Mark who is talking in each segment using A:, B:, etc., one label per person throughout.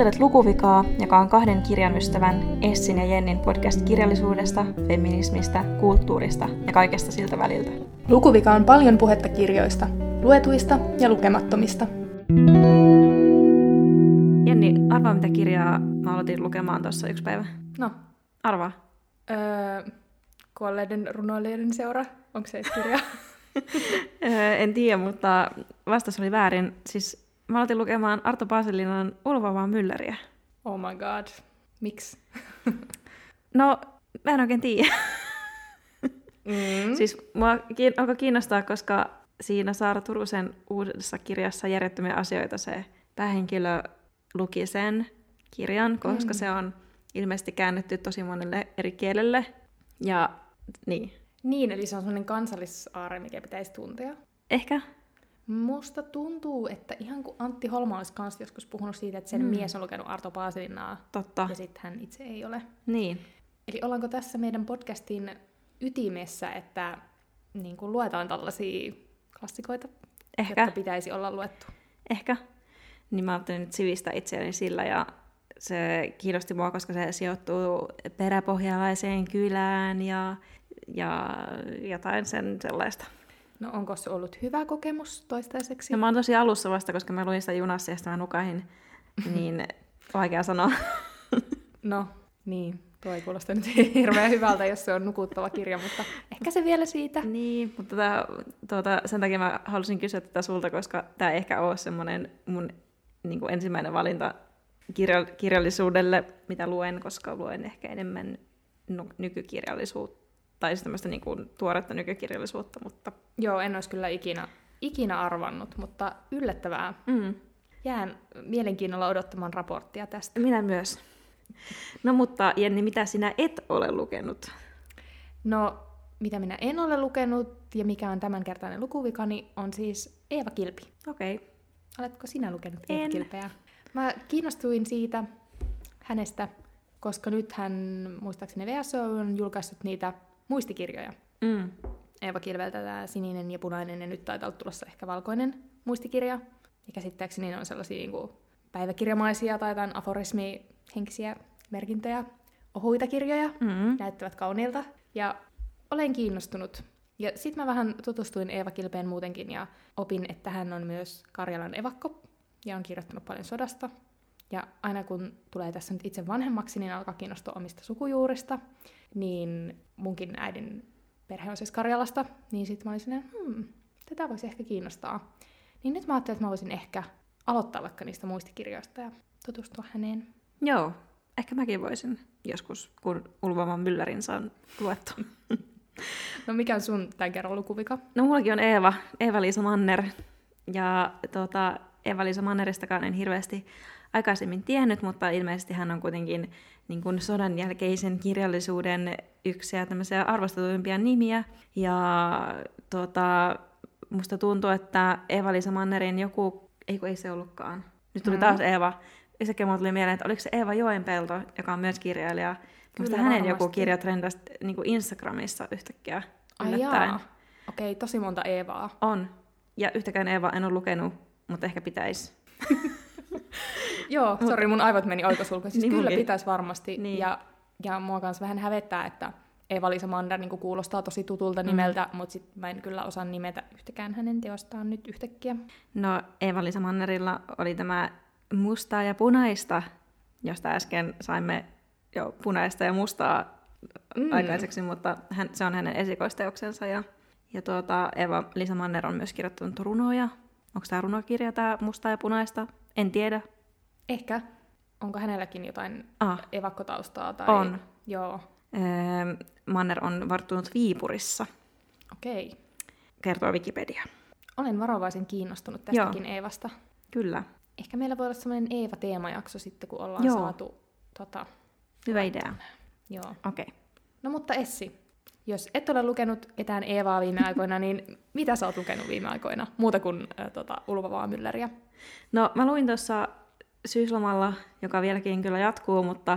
A: Kuuntelet Lukuvikaa, joka on kahden kirjan ystävän, Essin ja Jennin podcast kirjallisuudesta, feminismistä, kulttuurista ja kaikesta siltä väliltä.
B: Lukuvika on paljon puhetta kirjoista, luetuista ja lukemattomista.
A: Jenni, arvaa mitä kirjaa mä aloitin lukemaan tuossa yksi päivä.
B: No.
A: Arvaa.
B: Kuolleiden runoilijoiden seura. Onko se edes kirja?
A: En tiedä, mutta vastaus oli väärin. Siis mä aloitin lukemaan Arto Paasilinan Ulvaavaa mylläriä.
B: Oh my god. Miksi?
A: No, mä en oikein tiedä. Siis mua alkoi kiinnostaa, koska siinä Saara Turusen uudessa kirjassa Järjettömiä asioita se päähenkilö luki sen kirjan, koska se on ilmeisesti käännetty tosi monelle eri kielelle. Ja niin.
B: Niin, eli se on sellainen kansallisaarre, mikä pitäisi tuntea.
A: Ehkä.
B: Musta tuntuu, että ihan kuin Antti Holma olisi kanssa joskus puhunut siitä, että sen mies on lukenut Arto Paasilinaa.
A: Totta.
B: Ja sitten hän itse ei ole.
A: Niin.
B: Eli ollaanko tässä meidän podcastin ytimessä, että niin kuin luetaan tällaisia klassikoita, jotka pitäisi olla luettu?
A: Ehkä. Niin mä ajattelin nyt sivistää itseäni sillä, ja se kiinnosti mua, koska se sijoittuu peräpohjalaiseen kylään ja jotain sen sellaista.
B: No onko se ollut hyvä kokemus toistaiseksi?
A: No mä oon tosi alussa vasta, koska mä luin sitä junassa ja sitten mä nukahin, niin vaikea sanoa.
B: No niin, tuo ei kuulosta nyt hirveän hyvältä, jos se on nukuttava kirja, mutta ehkä se vielä siitä.
A: Niin, mutta sen takia mä halusin kysyä tätä sulta, koska tämä ei ehkä ole semmoinen mun niin kuin ensimmäinen valinta kirjallisuudelle, mitä luen, koska luen ehkä enemmän nykykirjallisuutta, tai siis tämmöistä niin kuin tuoretta nykykirjallisuutta, mutta...
B: Joo, en olisi kyllä ikinä arvannut, mutta yllättävää. Jään mielenkiinnolla odottamaan raporttia tästä.
A: Minä myös. No mutta Jenni, mitä sinä et ole lukenut?
B: No, mitä minä en ole lukenut ja mikä on tämänkertainen lukuvikani on siis Eeva Kilpi.
A: Okei. Okay.
B: Oletko sinä lukenut Eeva Kilpeä? Mä kiinnostuin siitä hänestä, koska nyt hän, muistaakseni VSO, on julkaissut niitä muistikirjoja. Eeva Kilveltä tämä sininen ja punainen, ja nyt taitaa tulossa ehkä valkoinen muistikirja. Ja käsittääkseni ne on sellaisia niin kuin päiväkirjamaisia tai jotain aforismihenkisiä merkintöjä, ohuita kirjoja, näyttävät kauniilta. Ja olen kiinnostunut. Ja sitten mä vähän tutustuin Eeva Kilpeen muutenkin ja opin, että hän on myös Karjalan evakko ja on kirjoittanut paljon sodasta. Ja aina kun tulee tässä nyt itse vanhemmaksi, niin alkaa kiinnostua omista sukujuurista. Niin munkin äidin perhe on siis Karjalasta, niin sitten mä olin silleen, tätä voisi ehkä kiinnostaa. Niin nyt mä ajattelin, että mä voisin ehkä aloittaa vaikka niistä muistikirjoista ja tutustua häneen.
A: Joo, ehkä mäkin voisin joskus, kun Ulvaavan myllärin saan luettua.
B: No mikä on sun tämän kerran lukuvika?
A: No mullakin on Eeva-Liisa Manner. Ja Eeva-Liisa Manneristakaan en hirveästi aikaisemmin tiennyt, mutta ilmeisesti hän on kuitenkin niin kuin sodan jälkeisen kirjallisuuden yksi ja tämmöisiä arvostetuimpia nimiä. Ja musta tuntuu, että Eeva-Liisa Mannerin ei se ollutkaan. Nyt tuli taas Eeva. Yhtäkkiä mulle tuli mieleen, että oliko se Eeva Joenpelto, joka on myös kirjailija. Musta hänen joku kirja trendasi niin kuin Instagramissa yhtäkkiä yllättäen.
B: Okei, tosi monta Eevaa.
A: On. Ja yhtäkään Eeva en ole lukenut, mutta ehkä pitäisi.
B: Joo, sori, mun aivot meni oikosulkuun. Siis
A: niin
B: kyllä
A: munkin.
B: pitäisi varmasti.
A: Niin.
B: Ja mua kanssa vähän hävettää, että Eeva-Liisa Manner niin kuulostaa tosi tutulta nimeltä, mutta sit mä en kyllä osaa nimetä yhtäkään hänen teostaan nyt yhtäkkiä.
A: No, Eeva-Liisa Mannerilla oli tämä Mustaa ja punaista, josta äsken saimme jo punaista ja mustaa aikaiseksi, mutta se on hänen esikoisteoksensa. Ja Eeva-Liisa Manner on myös kirjoittanut runoja. Onko tämä runokirja, tämä Mustaa ja punaista? En tiedä.
B: Ehkä. Onko hänelläkin jotain evakkotaustaa? Tai...
A: On.
B: Joo.
A: Manner on varttunut Viipurissa.
B: Okei.
A: Kertoo Wikipedia.
B: Olen varovaisen kiinnostunut tästäkin Eevasta.
A: Kyllä.
B: Ehkä meillä voi olla sellainen Eeva-teemajakso sitten, kun ollaan saatu...
A: Hyvä idea.
B: Joo.
A: Okei.
B: No mutta Essi, jos et ole lukenut ketään Eevaa viime aikoina, niin mitä sä oot lukenut viime aikoina? Muuta kuin Ulvaavaa mylläriä. No
A: mä luin tuossa syyslomalla, joka vieläkin kyllä jatkuu, mutta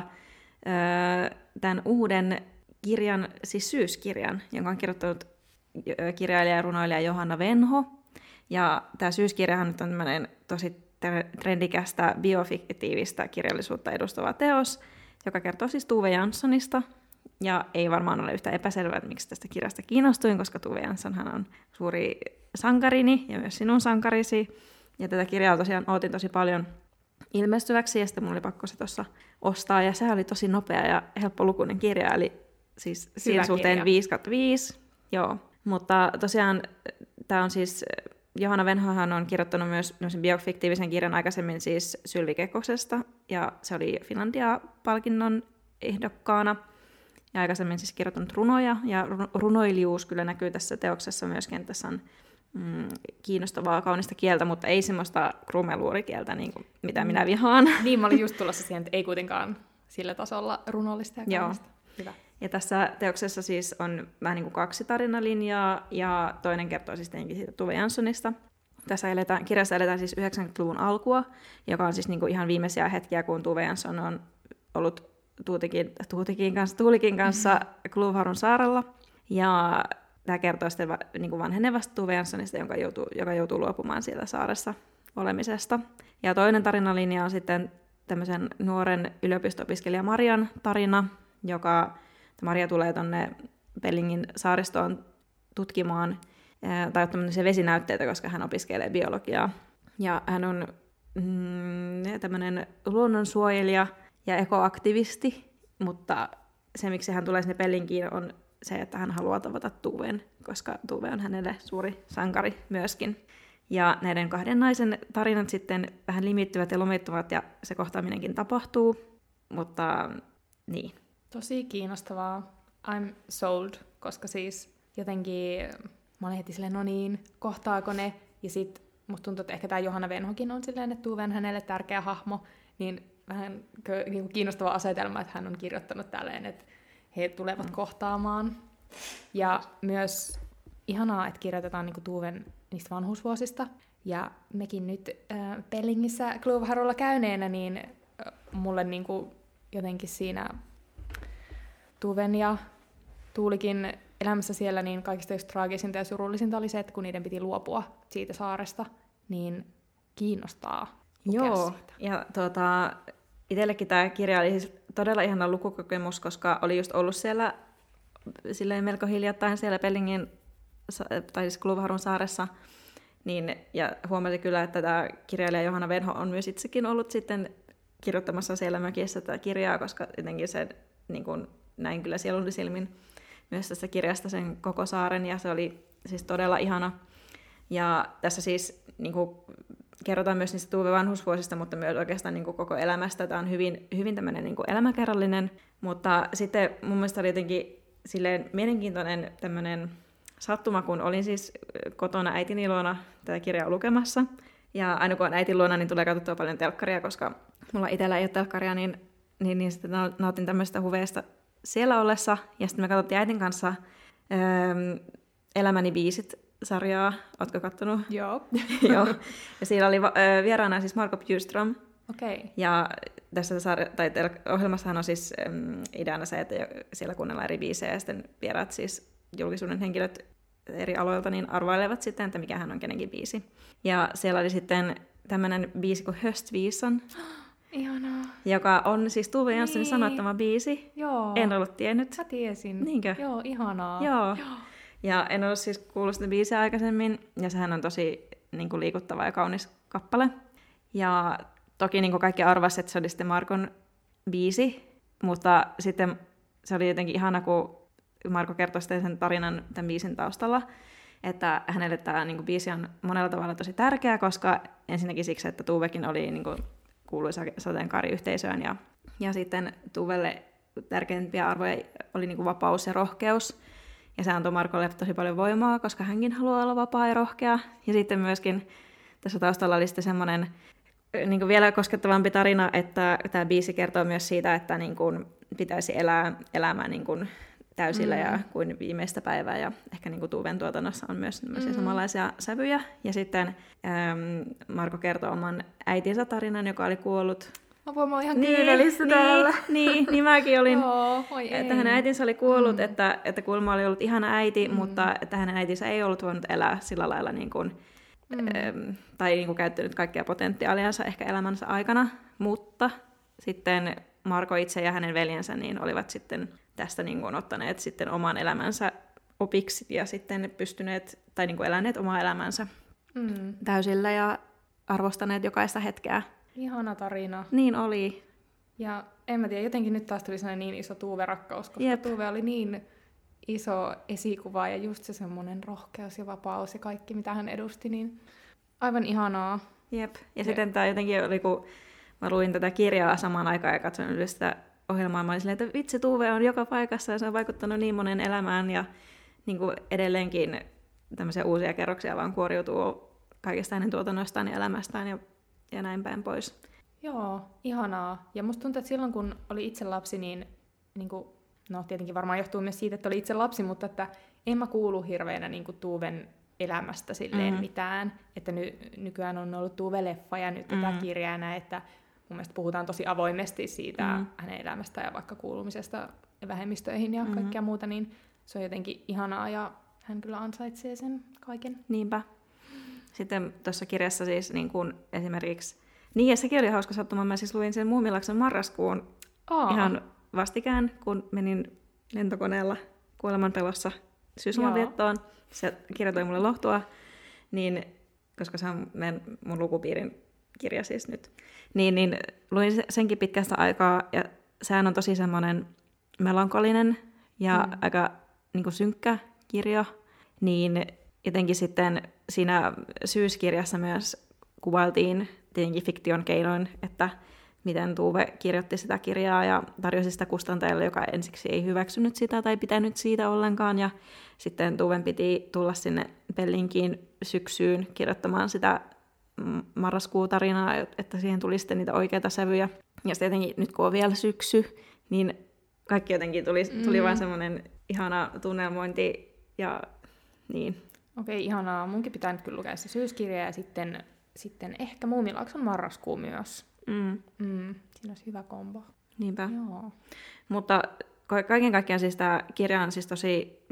A: tämän uuden kirjan, siis syyskirjan, jonka on kirjoittanut kirjailija ja runoilija Johanna Venho. Ja tämä syyskirjahan nyt on tämmöinen tosi trendikästä biofiktiivistä kirjallisuutta edustava teos, joka kertoo siis Tove Janssonista. Ja ei varmaan ole yhtä epäselvää, että miksi tästä kirjasta kiinnostuin, koska Tove Janssonhan on suuri sankarini ja myös sinun sankarisi. Ja tätä kirjaa tosiaan ootin tosi paljon ilmestyväksi, ja sitten mulla oli pakko se tuossa ostaa. Ja se oli tosi nopea ja helppolukuinen kirja, eli siis siinä suhteen 5/5. Joo, mutta tosiaan tämä on siis, Johanna Venhohan on kirjoittanut myös biofiktiivisen kirjan aikaisemmin siis Sylvi Kekkosesta, ja se oli Finlandia-palkinnon ehdokkaana. Ja aikaisemmin siis kirjoittanut runoja, ja runoilijuus kyllä näkyy tässä teoksessa myöskin. Tässä on kiinnostavaa, kaunista kieltä, mutta ei semmoista krumeluurikieltä, niin kuin, mitä minä vihaan.
B: Niin, mä olin just tulossa siihen, että ei kuitenkaan sillä tasolla runollista ja kaunista. Hyvä.
A: Ja tässä teoksessa siis on vähän niin kuin 2 tarinalinjaa, ja toinen kertoo siis tietenkin siitä Tove Janssonista. Tässä kirjassa eletään siis 90-luvun alkua, joka on siis niin kuin ihan viimeisiä hetkiä, kun Tove Jansson on ollut Tuulikin kanssa Kluvharun saarella. Ja tämä kertoo sitten niin kuin vanhenevasta Tove Janssonista, joka joutuu luopumaan siitä saaressa olemisesta. Ja toinen tarinalinja on sitten tämmöisen nuoren yliopisto-opiskelija Marian tarina, Maria tulee tuonne Pellingin saaristoon tutkimaan tai ottamaan vesinäytteitä, koska hän opiskelee biologiaa. Ja hän on tämmöinen luonnonsuojelija ja ekoaktivisti, mutta se, miksi hän tulee sinne Pellinkiin, on se, että hän haluaa tavata Tuven, koska Tuve on hänelle suuri sankari myöskin. Ja näiden 2 naisen tarinat sitten vähän limittyvät ja lomittuvat, ja se kohtaaminenkin tapahtuu, mutta niin.
B: Tosi kiinnostavaa. I'm sold, koska siis jotenkin mä olin heti silleen, no niin, kohtaako ne? Ja sit musta tuntuu, että ehkä tää Johanna Venhokin on silleen, että Tuve on hänelle tärkeä hahmo, niin vähän niin kiinnostava asetelma, että hän on kirjoittanut tälleen, että he tulevat kohtaamaan. Ja myös ihanaa, että kirjoitetaan niin kuin Tuven niistä vanhuusvuosista. Ja mekin nyt Pellingissä Kluvharulla käyneenä, niin mulle niin kuin jotenkin siinä Tuven ja Tuulikin elämässä siellä niin kaikista just traagisinta ja surullisinta oli se, että kun niiden piti luopua siitä saaresta, niin kiinnostaa lukea
A: Joo,
B: siitä.
A: Ja itsellekin tämä kirja oli siis todella ihana lukukokemus, koska oli just ollut siellä silleen melko hiljattain siellä Pellingin, tai siis Kluvharun saaressa, niin, ja huomasin kyllä, että tämä kirjailija Johanna Venho on myös itsekin ollut sitten kirjoittamassa siellä mökissä tätä kirjaa, koska jotenkin se niin kuin, näin kyllä sielunsilmin myös tässä kirjasta sen koko saaren, ja se oli siis todella ihana. Ja tässä siis niin kuin, kerrotaan myös niistä Tuve vanhusvuosista, mutta myös oikeastaan niin kuin koko elämästä. Tämä on hyvin tämmöinen niin kuin elämäkerrallinen, mutta sitten mun mielestä oli jotenkin silleen mielenkiintoinen tämmöinen sattuma, kun olin siis kotona äitini luona tätä kirjaa lukemassa. Ja aina kun on äitin luona, niin tulee katsottua paljon telkkaria, koska mulla itsellä ei ole telkkaria, niin sitten nautin tämmöistä huveista siellä ollessa. Ja sitten me katsottiin äitin kanssa Elämäni biisit-sarjaa. Ootko kattonut?
B: Joo.
A: Joo. Ja siinä oli vieraana siis Marco Bjurström.
B: Okei. Okay.
A: Ja tässä ohjelmassahan on siis ideana se, että siellä kuunnellaan eri biisejä, ja sitten vieraat siis julkisuuden henkilöt eri aloilta niin arvailevat sitten, että mikähän on kenenkin biisi. Ja siellä oli sitten tämmöinen biisi kuin Höstvisan,
B: ihanaa.
A: joka on siis Tove Janssonin
B: niin
A: sanoittama biisi.
B: Joo.
A: En ollut tiennyt.
B: Mä tiesin.
A: Niinkö?
B: Joo, ihanaa.
A: Joo. Ja en ollut siis kuullut sitä biisiä aikaisemmin, ja sehän on tosi niin kuin liikuttava ja kaunis kappale. Ja toki niin kuin kaikki arvasi, että se oli sitten Markon biisi, mutta sitten se oli jotenkin ihana, kun Marko kertoi sitten sen tarinan tämän biisin taustalla, että hänelle tämä niin kuin biisi on monella tavalla tosi tärkeä, koska ensinnäkin siksi, että Tuvekin oli niin kuin kuuluisa sateenkaariyhteisöön, ja sitten Tuvelle tärkeimpiä arvoja oli niin kuin vapaus ja rohkeus, ja se antoi Markolle tosi paljon voimaa, koska hänkin haluaa olla vapaa ja rohkea, ja sitten myöskin tässä taustalla oli sitten semmoinen niin kuin vielä koskettavampi tarina, että tämä biisi kertoo myös siitä, että niin kuin pitäisi elää elämää niin kuin täysillä ja kuin viimeistä päivää, ja ehkä niin kuin Tuven tuotannossa on myös samanlaisia sävyjä. Ja sitten Marko kertoo oman äitinsä tarinan, joka oli kuollut.
B: Mä oon ihan kyynelissä täällä.
A: Niin mäkin olin.
B: Että
A: hänen äitinsä oli kuollut, että kuulemma oli ollut ihana äiti, mutta että hänen äitinsä ei ollut voinut elää sillä lailla niin kuin tai niin kuin käyttänyt kaikkea potentiaaliansa ehkä elämänsä aikana, mutta sitten Marko itse ja hänen veljensä niin olivat sitten tästä niin kuin ottaneet sitten oman elämänsä opiksi ja sitten pystyneet tai niin kuin eläneet omaa elämänsä täysillä ja arvostaneet jokaista hetkeä.
B: Ihana tarina.
A: Niin oli.
B: Ja en mä tiedä, jotenkin nyt taas tuli sellainen niin iso Tuve-rakkaus, koska Tuve oli niin iso esikuva ja just se semmoinen rohkeus ja vapaus ja kaikki, mitä hän edusti, niin aivan ihanaa.
A: Jep. Ja sitten tämä jotenkin oli, kun mä luin tätä kirjaa samaan aikaan ja katsoin yhdessä sitä ohjelmaa, mä olin silleen, että vitsi, Tuve on joka paikassa ja se on vaikuttanut niin monen elämään ja niin kuin edelleenkin tämmöisiä uusia kerroksia vaan kuoriutuu kaikesta hänen tuotannostaan ja elämästään ja näin päin pois.
B: Joo, ihanaa. Ja musta tuntuu, että silloin kun oli itse lapsi, niin kuin, no tietenkin varmaan johtuu myös siitä, että oli itse lapsi, mutta että en mä kuulu hirveänä niin kuin Tuven elämästä silleen mitään. Että nykyään on ollut Tuve-leffa ja nyt tätä kirjaa näin, että mun mielestä puhutaan tosi avoimesti siitä hänen elämästä ja vaikka kuulumisesta vähemmistöihin ja kaikkea muuta, niin se on jotenkin ihanaa ja hän kyllä ansaitsee sen kaiken.
A: Niinpä. Sitten tuossa kirjassa siis niin kun esimerkiksi, niin ja sekin oli hauska sattuma, mä siis luin sen Muumilakson marraskuun ihan vastikään, kun menin lentokoneella kuolemanpelossa syyslomanviettoon. Se kirja toi mulle lohtua, niin, koska se on mun lukupiirin kirja siis nyt. Niin luin senkin pitkästä aikaa, ja sehän on tosi semmoinen melankolinen ja aika niin kuin synkkä kirja, niin jotenkin sitten siinä syyskirjassa myös kuvailtiin tietenkin fiktion keinoin, että miten Tuve kirjoitti sitä kirjaa ja tarjosi sitä kustantajalle, joka ensiksi ei hyväksynyt sitä tai pitänyt siitä ollenkaan. Ja sitten Tuven piti tulla sinne Pellinkiin syksyyn kirjoittamaan sitä marraskuutarinaa, että siihen tuli sitten niitä oikeita sävyjä. Ja sitten jotenkin nyt kun on vielä syksy, niin kaikki jotenkin tuli vaan semmoinen ihana tunnelmointi ja niin.
B: Okei, ihanaa. Munkin pitää nyt kyllä lukea se syyskirja ja sitten ehkä Muumilakson marraskuu myös. Siinä olisi hyvä kombo.
A: Niinpä.
B: Joo.
A: Mutta kaiken kaikkiaan siis tämä kirja on siis tosi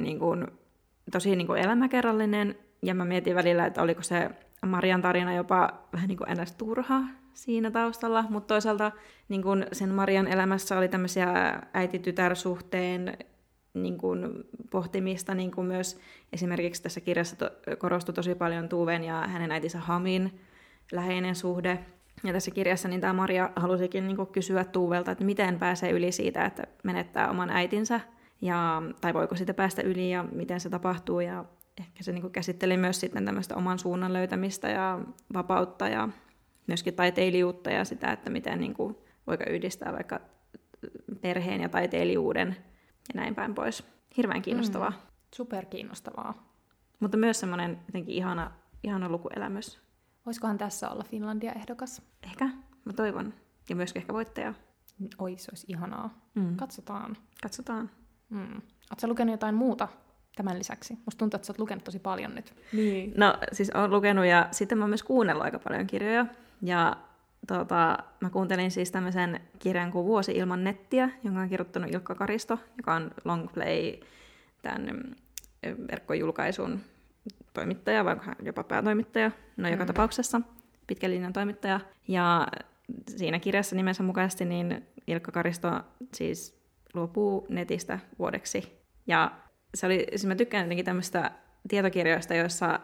A: elämäkerrallinen, ja mä mietin välillä, että oliko se Marian tarina jopa vähän niin kuin ennäs turha siinä taustalla, mutta toisaalta niin kuin sen Marian elämässä oli tämmöisiä äiti-tytär-suhteen niin kuin pohtimista, niin kuin myös esimerkiksi tässä kirjassa korostui tosi paljon Tuven ja hänen äitinsä Hamin läheinen suhde. Ja tässä kirjassa niin tämä Maria halusikin niin kuin kysyä Tuvelta, että miten pääsee yli siitä, että menettää oman äitinsä, tai voiko siitä päästä yli ja miten se tapahtuu. Ja ehkä se niin kuin käsitteli myös sitten tämmöistä oman suunnan löytämistä ja vapautta ja myöskin taiteilijuutta ja sitä, että miten niin kuin voiko yhdistää vaikka perheen ja taiteilijuuden ja näin päin pois. Hirveän kiinnostavaa.
B: Superkiinnostavaa.
A: Mutta myös semmoinen jotenkin ihana lukuelämys.
B: Olisikohan tässä olla Finlandia-ehdokas?
A: Ehkä, mä toivon. Ja myöskin ehkä voittaja.
B: Oi, se olisi ihanaa. Katsotaan. Oletko lukenut jotain muuta tämän lisäksi? Musta tuntuu, että sä oot lukenut tosi paljon nyt.
A: Niin. No, siis oon lukenut ja sitten mä oon myös kuunnellut aika paljon kirjoja. Ja mä kuuntelin siis tämmöisen kirjan kuin Vuosi ilman nettiä, jonka on kirjoittanut Ilkka Karisto, joka on Longplay, tämän verkkojulkaisun toimittaja, vai jopa päätoimittaja, no joka tapauksessa pitkän linjan toimittaja. Ja siinä kirjassa nimensä mukaisesti niin Ilkka Karisto siis luopuu netistä vuodeksi. Ja siis mä tykkään jotenkin tämmöistä tietokirjoista, joissa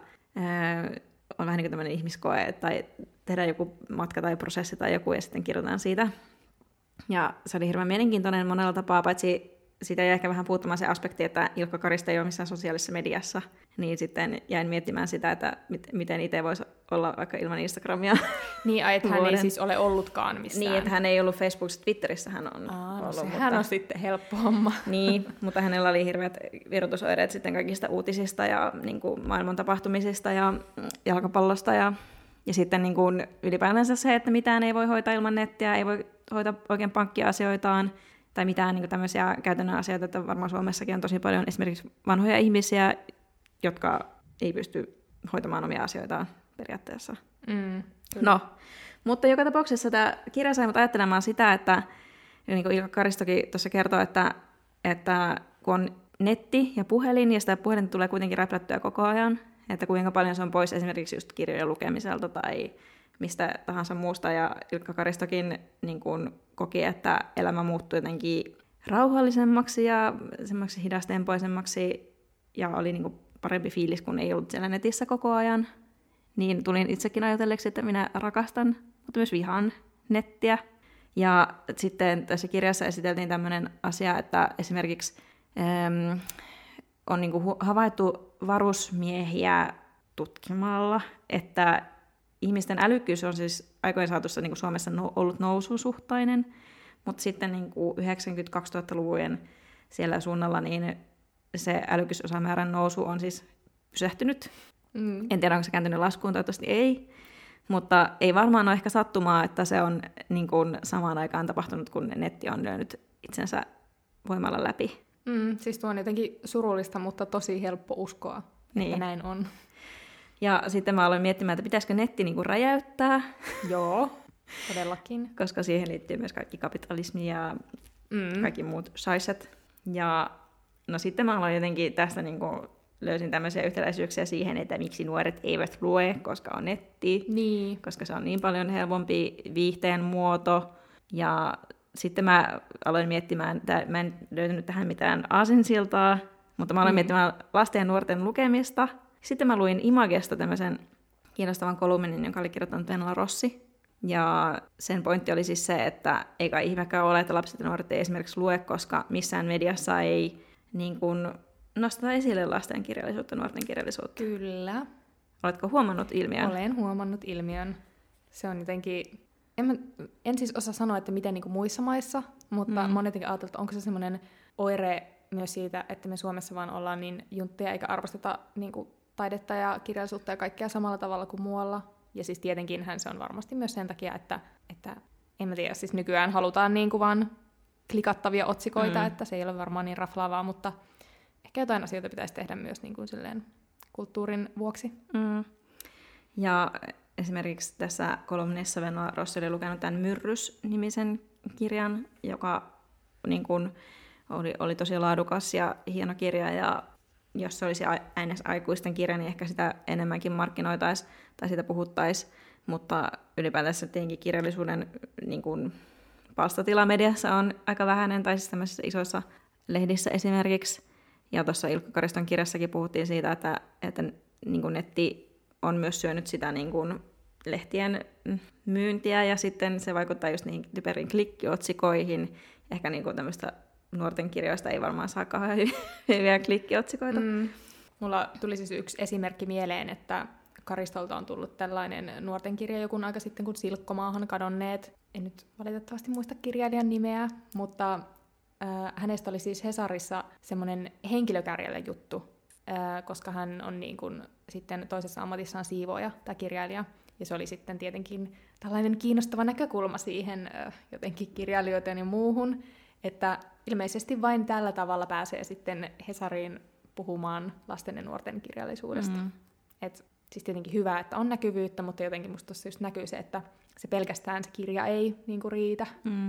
A: on vähän niin kuin tämmöinen ihmiskoe, tai tehdään joku matka tai prosessi tai joku, ja sitten kirjoitetaan siitä. Ja se oli hirveän mielenkiintoinen monella tapaa, paitsi siitä jäi ehkä vähän puuttumaan se aspekti, että Ilkka Karisto ei ole missään sosiaalisessa mediassa, niin sitten jäin miettimään sitä, että miten itse voisi olla vaikka ilman Instagramia.
B: Niin, että hän ei siis ole ollutkaan missään.
A: Niin, että hän ei ollut Facebookissa, Twitterissä hän on ollut.
B: Sehän on sitten helppo homma.
A: Niin, mutta hänellä oli hirveät virutusoireet sitten kaikista uutisista ja niin kuin maailman tapahtumisista ja jalkapallosta ja sitten niin kuin ylipäätänsä se, että mitään ei voi hoitaa ilman nettiä, ei voi hoitaa oikein pankkiasioitaan, tai mitään niin kuin tämmöisiä käytännön asioita, että varmaan Suomessakin on tosi paljon esimerkiksi vanhoja ihmisiä, jotka ei pysty hoitamaan omia asioitaan periaatteessa. No, mutta joka tapauksessa tämä kirja sai mut ajattelemaan sitä, että niin kuin Ilkka Karistokin tuossa kertoo, että kun on netti ja puhelin, ja sitä puhelinta tulee kuitenkin räplättyä koko ajan, että kuinka paljon se on pois esimerkiksi just kirjojen lukemiselta tai mistä tahansa muusta, ja Ilkka Karistokin niin kuin koki, että elämä muuttui jotenkin rauhallisemmaksi ja semmoiksi hidastempoisemmaksi, ja oli niin kuin parempi fiilis, kun ei ollut siellä netissä koko ajan. Niin tulin itsekin ajatelleeksi, että minä rakastan, mutta myös vihaan nettiä. Ja sitten tässä kirjassa esiteltiin tämmöinen asia, että esimerkiksi on niin kuin havaittu varusmiehiä tutkimalla, että ihmisten älykkyys on siis aikojen saatossa niin kuin Suomessa ollut noususuhtainen, mutta sitten niin kuin 90-2000-luvujen siellä suunnalla niin se älykkysosamäärän nousu on siis pysähtynyt. En tiedä, onko se kääntynyt laskuun, toivottavasti ei, mutta ei varmaan ole ehkä sattumaa, että se on niin kuin samaan aikaan tapahtunut, kun netti on lyönyt itsensä voimalla läpi.
B: Siis tuo on jotenkin surullista, mutta tosi helppo uskoa, että näin on.
A: Ja sitten mä aloin miettimään, että pitäisikö netti niinku räjäyttää.
B: Joo, todellakin.
A: Koska siihen liittyy myös kaikki kapitalismi ja kaikki muut saiset. Ja no sitten mä aloin jotenkin tästä niinku löysin tämmöisiä yhtäläisyyksiä siihen, että miksi nuoret eivät lue, koska on netti.
B: Niin.
A: Koska se on niin paljon helpompi viihteen muoto. Ja sitten mä aloin miettimään, että mä en löytänyt tähän mitään aasinsiltaa, mutta mä aloin miettimään lasten ja nuorten lukemista. Sitten mä luin Imagesta tämmöisen kiinnostavan kolumnin, jonka oli kirjoittanut Venla Rossi. Ja sen pointti oli siis se, että ei kai ihmekään ole, että lapset ja nuoret ei esimerkiksi lue, koska missään mediassa ei niin kuin nosteta esille lasten kirjallisuutta, nuorten kirjallisuutta.
B: Kyllä.
A: Oletko huomannut ilmiön?
B: Olen huomannut ilmiön. Se on jotenkin... En siis osaa sanoa, että miten niin kuin muissa maissa, mutta mä oon jotenkin ajatellut, että onko se semmoinen oire myös siitä, että me Suomessa vaan ollaan niin juntteja eikä arvosteta niin kuin taidetta ja kirjallisuutta ja kaikkea samalla tavalla kuin muualla. Ja siis tietenkinhän se on varmasti myös sen takia, että en mä tiedä, siis nykyään halutaan niin kuin vaan klikattavia otsikoita, että se ei ole varmaan niin raflaavaa, mutta ehkä jotain asioita pitäisi tehdä myös niin kuin silleen kulttuurin vuoksi.
A: Ja esimerkiksi tässä kolumnissa Venla Rossi oli lukenut tämän Myrrys-nimisen kirjan, joka niin kuin oli tosi laadukas ja hieno kirja, ja jos se olisi aikuisten kirja, niin ehkä sitä enemmänkin markkinoitaisiin tai sitä puhuttaisiin, mutta ylipäätänsä tietenkin kirjallisuuden niin kuin palstatila mediassa on aika vähäinen, tai siis tämmöisissä isoissa lehdissä esimerkiksi. Ja tuossa Ilkka Kariston kirjassakin puhuttiin siitä, että niin kuin netti on myös syönyt sitä niin kuin lehtien myyntiä, ja sitten se vaikuttaa just niihin typeriin klikkiotsikoihin. Ehkä niin kuin tämmöistä nuorten kirjoista ei varmaan saa kauhean hyviä klikkiotsikoita.
B: Mulla tuli siis yksi esimerkki mieleen, että Karistolta on tullut tällainen nuorten kirja jokun aika sitten, kun Silkkomaahan kadonneet. En nyt valitettavasti muista kirjailijan nimeä, mutta hänestä oli siis Hesarissa semmoinen henkilökärjelle juttu, koska hän on niin kuin sitten toisessa ammatissaan siivooja tai kirjailija. Ja se oli sitten tietenkin tällainen kiinnostava näkökulma siihen jotenkin kirjailijoiteen ja muuhun, että ilmeisesti vain tällä tavalla pääsee sitten Hesariin puhumaan lasten ja nuorten kirjallisuudesta. Et siis tietenkin hyvä, että on näkyvyyttä, mutta jotenkin musta tuossa just näkyy se, että se pelkästään se kirja ei niin kuin riitä.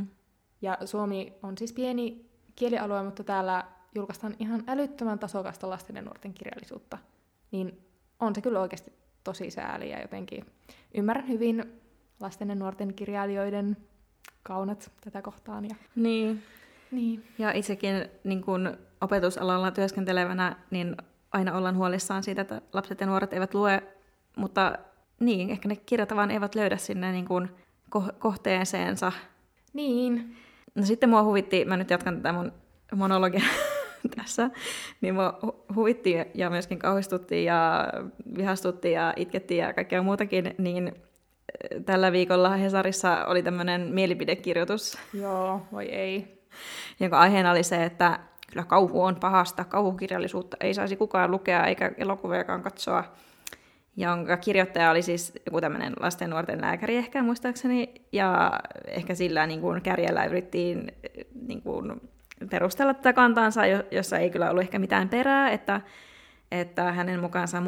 B: Ja Suomi on siis pieni kielialue, mutta täällä julkaistaan ihan älyttömän tasokasta lasten ja nuorten kirjallisuutta. Niin on se kyllä oikeasti tosi sääli, ja jotenkin ymmärrän hyvin lasten ja nuorten kirjailijoiden kaunat tätä kohtaan. Ja...
A: Niin. Ja itsekin niin kun opetusalalla työskentelevänä, niin aina ollaan huolissaan siitä, että lapset ja nuoret eivät lue, mutta niin, ehkä ne kirjat vaan eivät löydä sinne niin kun kohteeseensa.
B: Niin.
A: No sitten mua huvitti, mä nyt jatkan tätä mun monologia tässä, niin mua huvitti ja myöskin kauhistuttiin ja vihastuttiin ja itkettiin ja kaikkea muutakin, niin tällä viikolla Hesarissa oli tämmöinen mielipidekirjoitus.
B: Joo, voi ei.
A: Jonka aiheena oli se, että kyllä kauhu on pahasta, kauhukirjallisuutta ei saisi kukaan lukea eikä elokuviakaan katsoa. Jonka kirjoittaja oli siis joku tämmöinen lasten ja nuorten lääkäri ehkä muistaakseni, ja ehkä sillä niin kuin kärjellä yrittiin niin kuin perustella tätä kantaansa, jossa ei kyllä ollut ehkä mitään perää, että hänen mukaansa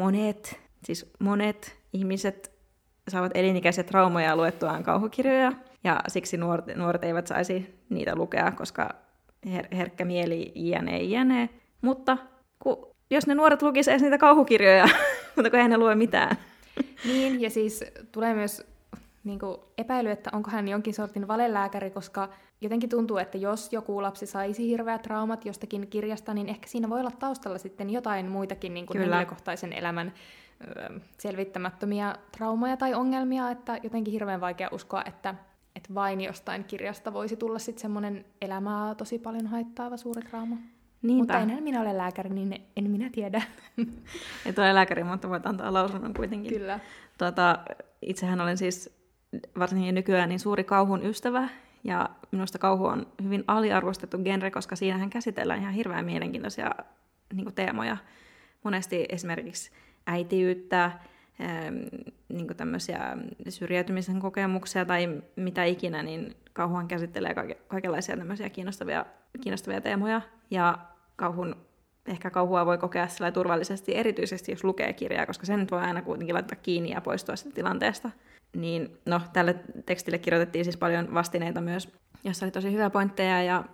A: monet ihmiset saavat elinikäisiä traumoja luettuaan kauhukirjoja, ja siksi nuoret eivät saisi niitä lukea, koska herkkä mieli jne. Mutta kun jos ne nuoret lukisivat edes niitä kauhukirjoja, mutta kun eihän ne lue mitään.
B: Niin, ja siis tulee myös niin kuin epäily, että onko hän jonkin sortin valelääkäri, koska jotenkin tuntuu, että jos joku lapsi saisi hirveät traumat jostakin kirjasta, niin ehkä siinä voi olla taustalla sitten jotain muitakin niin kuin henkilökohtaisen elämän selvittämättömiä traumaja tai ongelmia, että jotenkin hirveän vaikea uskoa, että vain jostain kirjasta voisi tulla sitten semmoinen elämää tosi paljon haittaava suuri trauma. Niinpä. Mutta enhän minä ole lääkäri, niin en minä tiedä.
A: Et ole lääkäri, mutta voit antaa lausunnon kuitenkin.
B: Kyllä.
A: Itsehän olen siis varsinkin nykyään niin suuri kauhun ystävä, ja minusta kauhu on hyvin aliarvostettu genre, koska siinähän käsitellään ihan hirveän mielenkiintoisia niin kuin teemoja. Monesti esimerkiksi äitiyttä, niin kuin tämmöisiä syrjäytymisen kokemuksia tai mitä ikinä, niin kauhuhan käsittelee kaikenlaisia tämmöisiä kiinnostavia teemoja, ja kauhua voi kokea sillä turvallisesti, erityisesti jos lukee kirjaa, koska sen nyt voi aina kuitenkin laittaa kiinni ja poistua siitä tilanteesta. Niin, tälle tekstille kirjoitettiin siis paljon vastineita myös, jossa oli tosi hyviä pointteja, ja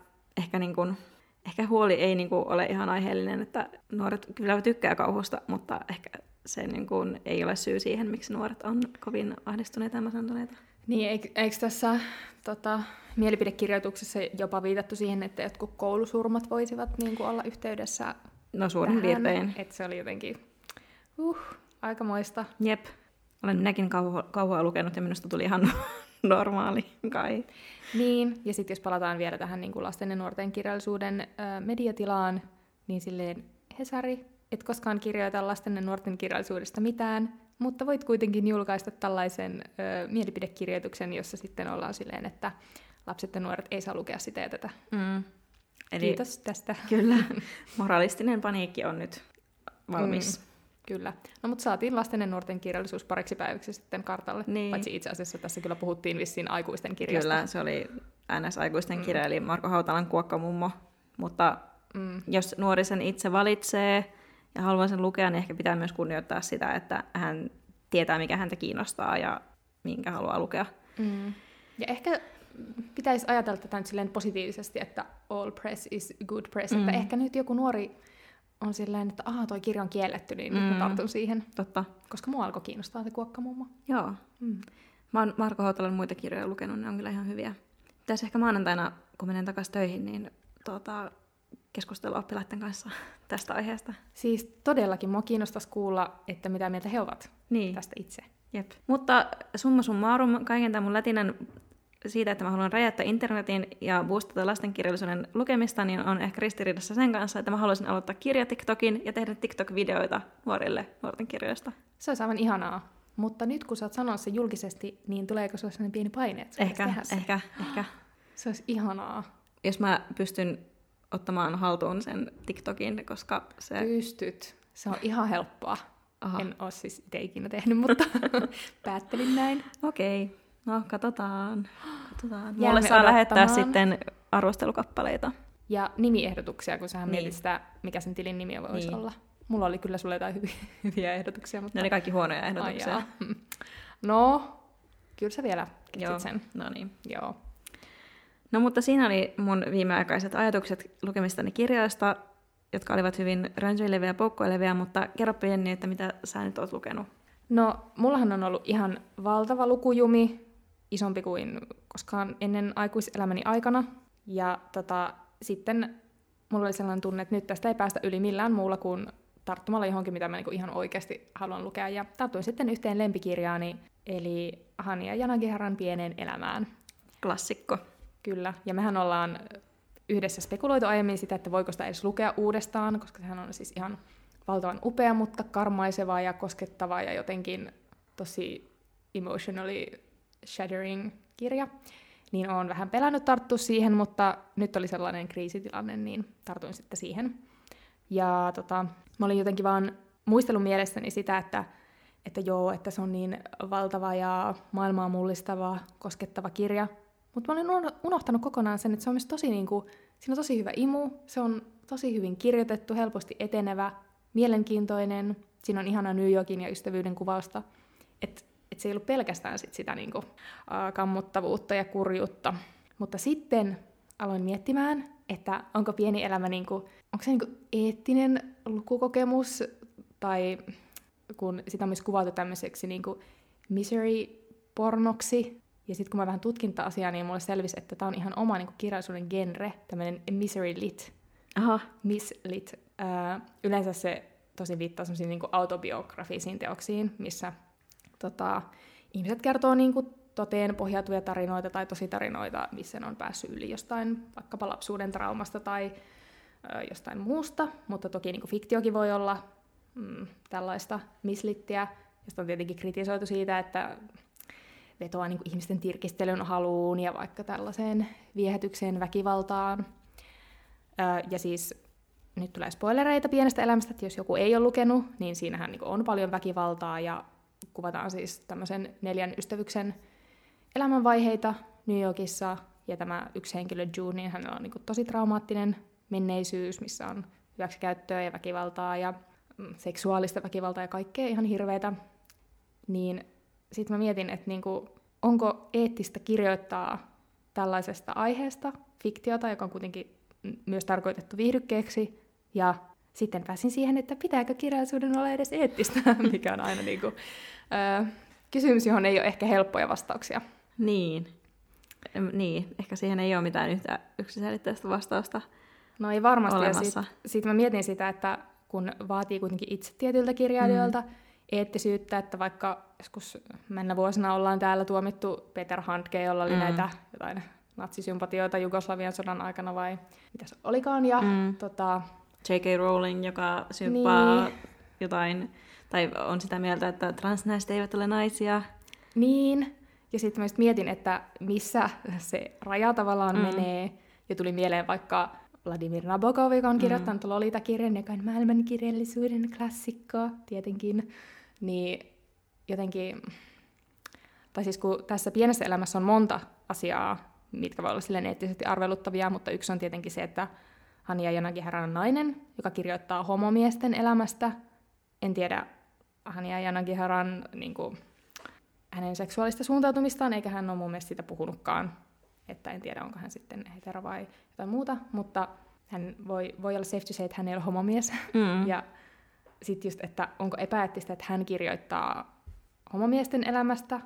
A: ehkä huoli ei ole ihan aiheellinen, että nuoret kyllä tykkää kauhusta, mutta ehkä se ei ole syy siihen, miksi nuoret on kovin ahdistuneita ja masentuneita.
B: Niin, eikö tässä mielipidekirjoituksessa jopa viitattu siihen, että jotkut koulusurmat voisivat olla yhteydessä?
A: No suurin piirtein.
B: Että se oli jotenkin aikamoista.
A: Jep. Olen minäkin kauhua lukenut ja minusta tuli ihan normaali kai.
B: Niin, ja sitten jos palataan vielä tähän lasten ja nuorten kirjallisuuden mediatilaan, niin silleen Hesari, et koskaan kirjoita lasten ja nuorten kirjallisuudesta mitään, mutta voit kuitenkin julkaista tällaisen mielipidekirjoituksen, jossa sitten ollaan silleen, että lapset ja nuoret ei saa lukea sitä ja tätä. Eli, kiitos tästä.
A: Kyllä, moralistinen paniikki on nyt valmis.
B: Kyllä. No mutta saatiin lasten ja nuorten kirjallisuus pariksi päiväksi sitten kartalle, paitsi itse asiassa tässä kyllä puhuttiin vissiin aikuisten kirjasta.
A: Kyllä, se oli NS-aikuisten kirja, eli Marko Hautalan Kuokkamummo, mutta jos nuori sen itse valitsee ja haluaa sen lukea, niin ehkä pitää myös kunnioittaa sitä, että hän tietää, mikä häntä kiinnostaa ja minkä haluaa lukea.
B: Ja ehkä pitäisi ajatella tätä nyt silleen positiivisesti, että all press is good press, että ehkä nyt joku nuori on silleen, että toi kirja on kielletty, niin nyt mä tartun siihen.
A: Totta.
B: Koska mua alkoi kiinnostaa se Kuokkamummo.
A: Joo. Mä oon Marko Hautalan muita kirjoja lukenut, ne on kyllä ihan hyviä. Pitäisi ehkä maanantaina, kun menen takaisin töihin, niin keskustella oppilaiden kanssa tästä aiheesta.
B: Siis todellakin mua kiinnostaisi kuulla, että mitä mieltä he ovat tästä itse.
A: Jep. Mutta summa summarum, kaiken tämän mun lätinän siitä, että mä haluan räjäyttää internetin ja boostata lastenkirjallisuuden lukemista, niin on ehkä ristiriidassa sen kanssa, että mä haluaisin aloittaa kirja-TikTokin ja tehdä TikTok-videoita nuorten kirjoista.
B: Se olisi aivan ihanaa. Mutta nyt kun sä oot sanonut se julkisesti, niin tuleeko se sellainen pieni paine, että
A: Ehkä.
B: Se olisi ihanaa.
A: Jos mä pystyn ottamaan haltuun sen TikTokin, koska se...
B: Pystyt. Se on ihan helppoa. Aha. En ole siis itse ikinä tehnyt, mutta päättelin näin.
A: Okei. No, katsotaan. Mulle saa lähettää sitten arvostelukappaleita.
B: Ja nimiehdotuksia, kun sähän mietit sitä, mikä sen tilin nimi voisi olla. Mulla oli kyllä sulle jotain hyviä ehdotuksia. Mutta...
A: Ne oli kaikki huonoja ehdotuksia.
B: No, kyllä sä vielä keksit sen.
A: No niin.
B: Joo.
A: No mutta siinä oli mun viimeaikaiset ajatukset lukemistani kirjoista, jotka olivat hyvin rönsyilevia ja poukkoilevia, mutta kerropa Jenni, että mitä sä nyt oot lukenut?
B: No, mullahan on ollut ihan valtava lukujumi, isompi kuin koskaan ennen aikuiselämäni aikana. Ja sitten mulla oli sellainen tunne, että nyt tästä ei päästä yli millään muulla kuin tarttumalla johonkin, mitä mä ihan oikeasti haluan lukea. Ja tartuin sitten yhteen lempikirjaani, eli Hania Yanagiharan Pieneen elämään.
A: Klassikko.
B: Kyllä, ja mehän ollaan yhdessä spekuloitu aiemmin sitä, että voiko sitä edes lukea uudestaan, koska sehän on siis ihan valtavan upea, mutta karmaiseva ja koskettava ja jotenkin tosi emotionally shattering kirja. Niin olen vähän pelännyt tarttua siihen, mutta nyt oli sellainen kriisitilanne, niin tartuin sitten siihen. Ja mä olin jotenkin vaan muistellut mielessäni sitä, että se on niin valtava ja maailmaa mullistava, koskettava kirja. Mutta mä olin unohtanut kokonaan sen, että se on myös tosi siinä on tosi hyvä imu, se on tosi hyvin kirjoitettu, helposti etenevä, mielenkiintoinen, siinä on ihana New Yorkin ja ystävyyden kuvausta. Että se ei ollut pelkästään sitä kammottavuutta ja kurjuutta. Mutta sitten aloin miettimään, että onko pieni elämä onko se niinku eettinen lukukokemus, tai kun sitä on myös kuvattu tämmöiseksi niinku misery-pornoksi. Ja sitten kun mä vähän tutkin tätä asiaa, niin mulle selvisi, että tämä on ihan oma niinku kirjallisuuden genre, tämmöinen misery lit.
A: Aha.
B: Miss lit. Yleensä se tosi viittaa semmoisiin niinku autobiografisiin teoksiin, missä ihmiset kertoo niinku toteen pohjautuvia tarinoita tai tostarinoita, missä ne on päässyt yli jostain vaikkapa lapsuuden traumasta tai jostain muusta, mutta toki niinku fiktiokin voi olla tällaista mislittiä, josta on tietenkin kritisoitu siitä, että vetoaa niinku ihmisten tirkistelyn haluun ja vaikka tällaiseen viehätykseen, väkivaltaan. Ja siis nyt tulee spoilereita pienestä elämästä, että jos joku ei ole lukenut, niin siinähän niinku on paljon väkivaltaa ja kuvataan siis tämmöisen 4 ystävyksen elämänvaiheita New Yorkissa. Ja tämä yksi henkilö, June, niin hänellä on niinku tosi traumaattinen menneisyys, missä on hyväksikäyttöä ja väkivaltaa ja seksuaalista väkivaltaa ja kaikkea ihan hirveätä. Niin sitten mä mietin, että niinku, onko eettistä kirjoittaa tällaisesta aiheesta fiktiota, joka on kuitenkin myös tarkoitettu viihdykkeeksi. Ja sitten pääsin siihen, että pitääkö kirjallisuuden olla edes eettistä, mikä on aina niinku, kysymys, johon ei ole ehkä helppoja vastauksia.
A: Niin, ehkä siihen ei ole mitään yhtä yksiselitteistä vastausta.
B: No ei varmasti.
A: Olemassa.
B: Ja sitten mä mietin sitä, että kun vaatii kuitenkin itse tietyiltä kirjailijoilta eettisyyttä, että vaikka joskus mennä vuosina ollaan täällä tuomittu Peter Handke, jolla oli näitä jotain natsisympatioita Jugoslavian sodan aikana vai mitä se olikaan. Ja,
A: J.K. Rowling, joka symppaa jotain, tai on sitä mieltä, että transnaiset eivät ole naisia.
B: Niin, ja sitten mä mietin, että missä se raja tavallaan menee, ja tuli mieleen vaikka Vladimir Nabokov, joka on kirjoittanut Lolita-kirjan, joka on maailman kirjallisuuden klassikko, tietenkin, niin jotenkin, tai siis kun tässä pienessä elämässä on monta asiaa, mitkä voi olla silleen eettisesti arveluttavia, mutta yksi on tietenkin se, että Hanya Yanagihara on nainen, joka kirjoittaa homomiesten elämästä. En tiedä Hanya Yanagiharan niin kuin, hänen seksuaalista suuntautumistaan, eikä hän ole mun mielestä siitä puhunutkaan. Että en tiedä, onko hän sitten hetero vai jotain muuta, mutta hän voi olla safe to say, että hän ei ole homomies. Ja sitten just, että onko epäeettistä, että hän kirjoittaa homomiesten elämästä.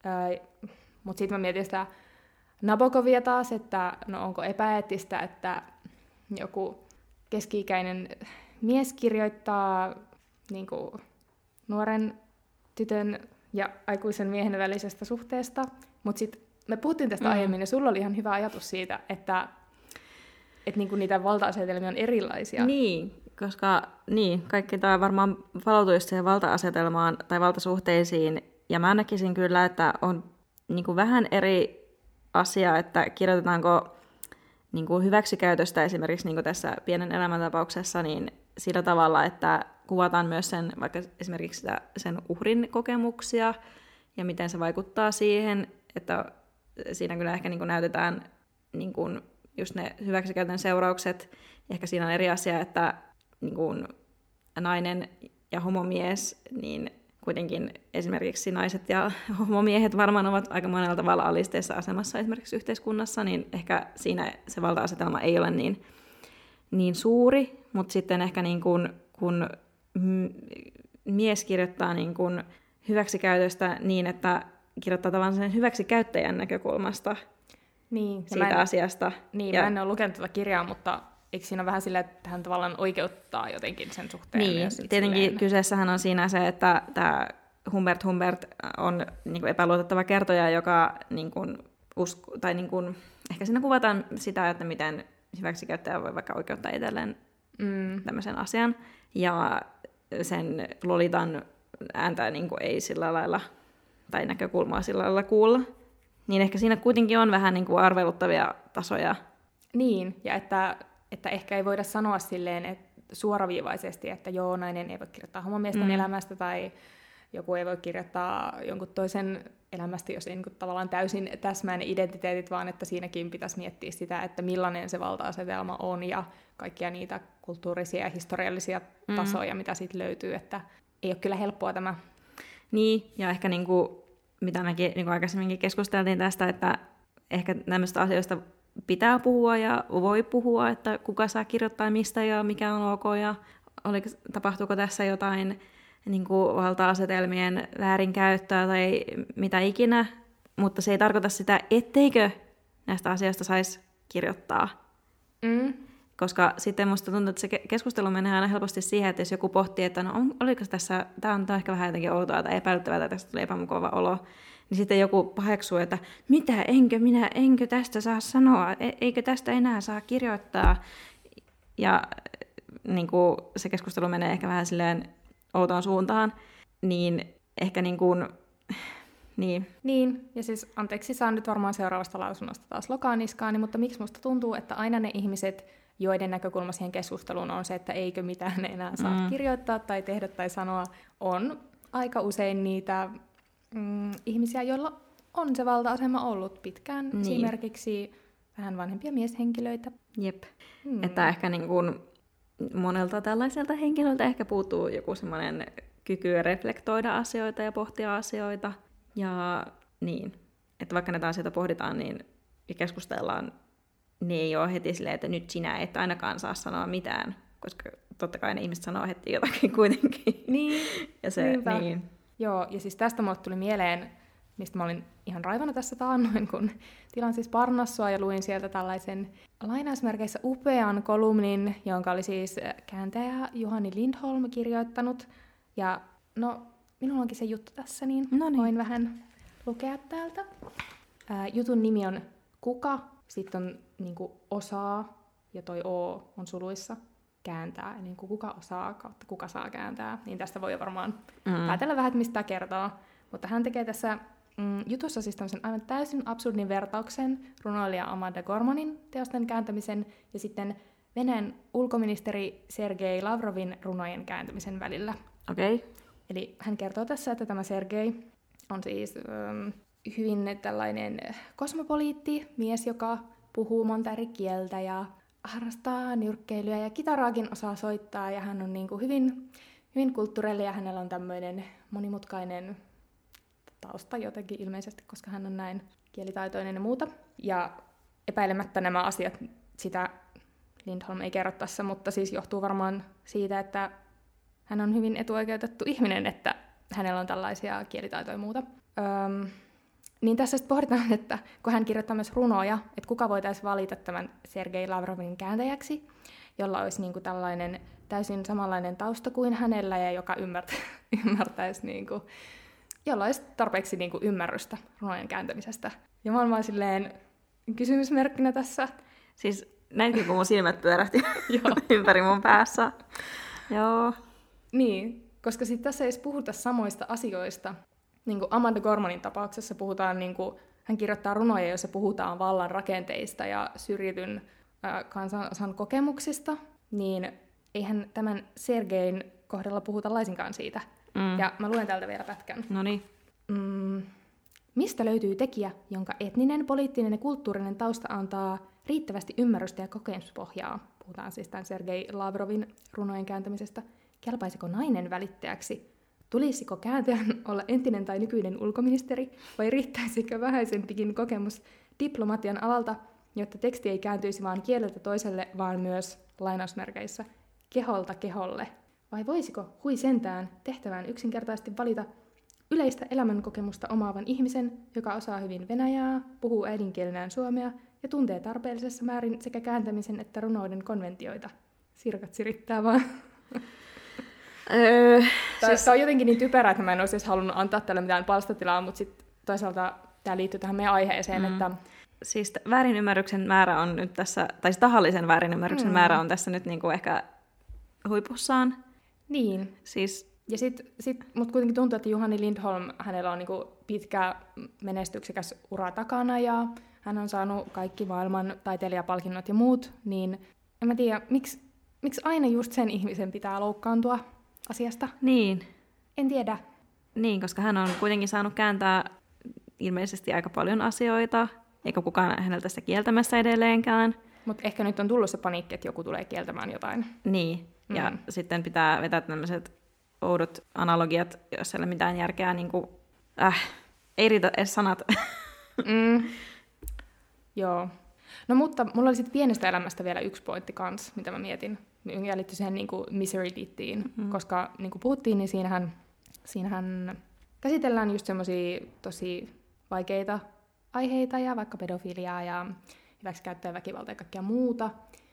B: Mutta sitten mä mietin sitä Nabokovia taas, että no onko epäeettistä, että joku keski-ikäinen mies kirjoittaa niin kuin nuoren tytön ja aikuisen miehen välisestä suhteesta. Mutta sitten me puhuttiin tästä aiemmin, ja sulla oli ihan hyvä ajatus siitä, että niinku niitä valta-asetelmia on erilaisia.
A: Niin, koska kaikki tämä varmaan palautuisi siihen valta-asetelmaan tai valtasuhteisiin. Ja mä näkisin kyllä, että on niinku vähän eri asia, että kirjoitetaanko niinku hyväksikäytöstä esimerkiksi niinku tässä pienen elämäntapauksessa niin sillä tavalla, että kuvataan myös vaikka esimerkiksi sen uhrin kokemuksia ja miten se vaikuttaa siihen, että siinä kyllä ehkä niinku näytetään niinku just ne hyväksikäytön seuraukset. Ehkä siinä on eri asia, että niinku nainen ja homomies, niin kuitenkin esimerkiksi naiset ja homomiehet varmaan ovat aika monella tavalla alisteisessa asemassa esimerkiksi yhteiskunnassa, niin ehkä siinä se valta-asetelma ei ole niin suuri, mutta sitten ehkä niin kun mies kirjoittaa niin kun hyväksikäytöstä niin, että kirjoittaa tavallaan sen hyväksikäyttäjän näkökulmasta siitä asiasta.
B: Niin, mä en ole lukenut tuota kirjaa, mutta eikö siinä ole vähän silleen, että hän tavallaan oikeuttaa jotenkin sen suhteen?
A: Niin, tietenkin kyseessähän on siinä se, että tämä Humbert on niin kuin epäluotettava kertoja, joka niin kuin tai niin kuin, ehkä siinä kuvataan sitä, että miten hyväksikäyttäjä voi vaikka oikeuttaa itselleen tämmöisen asian. Ja sen Lolitan ääntä niin kuin ei sillä lailla, tai näkökulmaa sillä lailla kuulla. Niin ehkä siinä kuitenkin on vähän niin kuin arveluttavia tasoja.
B: Niin, ja että ehkä ei voida sanoa silleen että suoraviivaisesti, että joo, nainen ei voi kirjoittaa homomiesten elämästä, tai joku ei voi kirjoittaa jonkun toisen elämästä, jos ei niin kuin tavallaan täysin täsmää ne identiteetit, vaan että siinäkin pitäisi miettiä sitä, että millainen se valta-asetelma on, ja kaikkia niitä kulttuurisia ja historiallisia tasoja, mitä siitä löytyy, että ei ole kyllä helppoa tämä.
A: Niin, ja ehkä niin kuin, mitä mekin niin kuin aikaisemminkin keskusteltiin tästä, että ehkä nämmöistä asioista pitää puhua ja voi puhua, että kuka saa kirjoittaa mistä ja mikä on ok ja tapahtuuko tässä jotain niin kuin valta-asetelmien väärinkäyttöä tai mitä ikinä, mutta se ei tarkoita sitä, etteikö näistä asioista saisi kirjoittaa. Koska sitten musta tuntuu, että se keskustelu menee aina helposti siihen, että jos joku pohtii, että no oliko tässä, tämä on ehkä vähän jotenkin outoa tai epäilyttävää, tai tästä tulee epämukava olo, niin sitten joku paheksuu, että mitä, enkö tästä saa sanoa, eikö tästä enää saa kirjoittaa. Ja niin kuin se keskustelu menee ehkä vähän silleen outoon suuntaan, niin ehkä niin kuin,
B: Niin, ja siis anteeksi saan nyt varmaan seuraavasta lausunnosta taas lokaaniskaani, mutta miksi musta tuntuu, että aina ne ihmiset, joiden näkökulma siihen keskusteluun on se, että eikö mitään enää saa kirjoittaa tai tehdä tai sanoa, on aika usein niitä ihmisiä, joilla on se valta-asema ollut pitkään, esimerkiksi vähän vanhempia mieshenkilöitä.
A: Jep, että ehkä niin kuin monelta tällaiselta henkilöltä ehkä puuttuu joku semmoinen kyky reflektoida asioita ja pohtia asioita. Ja niin, että vaikka näitä asioita pohditaan niin, ja keskustellaan, niin ei ole heti silleen, että nyt sinä et ainakaan saa sanoa mitään, koska totta kai ne ihmiset sanoo heti jotakin kuitenkin.
B: Niin,
A: ja se, niin.
B: Joo, ja siis tästä mulle tuli mieleen, mistä mä olin ihan raivana tässä taannoin, kun tilan siis Parnassua ja luin sieltä tällaisen lainausmerkeissä upean kolumnin, jonka oli siis kääntäjä Juhani Lindholm kirjoittanut. Ja no, minulla onkin se juttu tässä, niin voin vähän lukea täältä. Jutun nimi on Kuka, sitten on niinku osaa, ja toi O on suluissa kääntää, eli niinku kuka osaa kautta kuka saa kääntää. Niin tästä voi jo varmaan päätellä vähän, että mistä tämä kertoo. Mutta hän tekee tässä jutussa siis tämmöisen aivan täysin absurdin vertauksen runoilija Amanda Gormanin teosten kääntämisen ja sitten Venäjän ulkoministeri Sergei Lavrovin runojen kääntämisen välillä.
A: Okei. Okay.
B: Eli hän kertoo tässä, että tämä Sergei on siis hyvin tällainen kosmopoliitti, mies, joka puhuu monta eri kieltä ja harrastaa nyrkkeilyä ja kitaraakin osaa soittaa. Ja hän on niin kuin hyvin kulttuurellinen ja hänellä on tämmöinen monimutkainen tausta jotenkin ilmeisesti, koska hän on näin kielitaitoinen ja muuta. Ja epäilemättä nämä asiat, sitä Lindholm ei kerro tässä, mutta siis johtuu varmaan siitä, että hän on hyvin etuoikeutettu ihminen, että hänellä on tällaisia kielitaitoja ja muuta. Niin tässä sitten pohditaan, että kun hän kirjoittaa myös runoja, että kuka voitaisiin valita tämän Sergei Lavrovin kääntäjäksi, jolla olisi niinku tällainen täysin samanlainen tausta kuin hänellä ja joka ymmärtäisi, niinku, jolla olisi tarpeeksi niinku ymmärrystä runojen kääntämisestä. Ja mä oon vaan silleen kysymysmerkkinä tässä.
A: Siis näinkö, kun mun silmät pyörähti ympäri mun päässä. Joo.
B: Niin, koska sitten tässä ei edes puhuta samoista asioista. Niin kuin Amanda Gormanin tapauksessa puhutaan, niin kuin, hän kirjoittaa runoja, joissa puhutaan vallan rakenteista ja syrjityn kansanosan kokemuksista, niin eihän tämän Sergein kohdalla puhuta laisinkaan siitä. Ja mä luen täältä vielä pätkän.
A: Noniin.
B: Mistä löytyy tekijä, jonka etninen, poliittinen ja kulttuurinen tausta antaa riittävästi ymmärrystä ja kokemuspohjaa? Puhutaan siis tämän Sergei Lavrovin runojen kääntämisestä. Kelpaisiko nainen välittäjäksi? Tulisiko kääntäjän olla entinen tai nykyinen ulkoministeri, vai riittäisikö vähäisempikin kokemus diplomatian alalta, jotta teksti ei kääntyisi vaan kieleltä toiselle, vaan myös lainausmerkeissä keholta keholle? Vai voisiko hui sentään tehtävään yksinkertaisesti valita yleistä elämänkokemusta omaavan ihmisen, joka osaa hyvin venäjää, puhuu äidinkielenään suomea ja tuntee tarpeellisessa määrin sekä kääntämisen että runouden konventioita? Sirkat sirittää vaan. Tämä on jotenkin niin typerää, että mä en olisi edes halunnut antaa tälle mitään palstatilaa, mutta sitten toisaalta tämä liittyy tähän meidän aiheeseen, että
A: siis väärinymmärryksen määrä on nyt tässä, tai siis tahallisen väärinymmärryksen määrä on tässä nyt niinku ehkä huipussaan.
B: Niin.
A: Siis
B: ja sit mut kuitenkin tuntuu, että Juhani Lindholm, hänellä on niinku pitkä menestyksekäs ura takana ja hän on saanut kaikki maailman taiteilijapalkinnot ja muut, niin en mä tiedä, miksi aina just sen ihmisen pitää loukkaantua asiasta?
A: Niin.
B: En tiedä.
A: Niin, koska hän on kuitenkin saanut kääntää ilmeisesti aika paljon asioita, eikä kukaan häneltä sitä kieltämässä edelleenkään.
B: Mutta ehkä nyt on tullut se paniikki, että joku tulee kieltämään jotain.
A: Niin, ja sitten pitää vetää tämmöiset oudot analogiat, jos ei ole mitään järkeä, niin kuin, ei riitä edes sanat.
B: Joo. No mutta mulla oli sitten pienestä elämästä vielä yksi pointti kans, mitä mä mietin, mikä liittyy siihen niin kuin misery-dittiin, koska niin kuin puhuttiin, niin siinähän käsitellään just semmosia tosi vaikeita aiheita ja vaikka pedofiliaa ja hyväksikäyttöä ja väkivaltaa ja kaikkea muuta.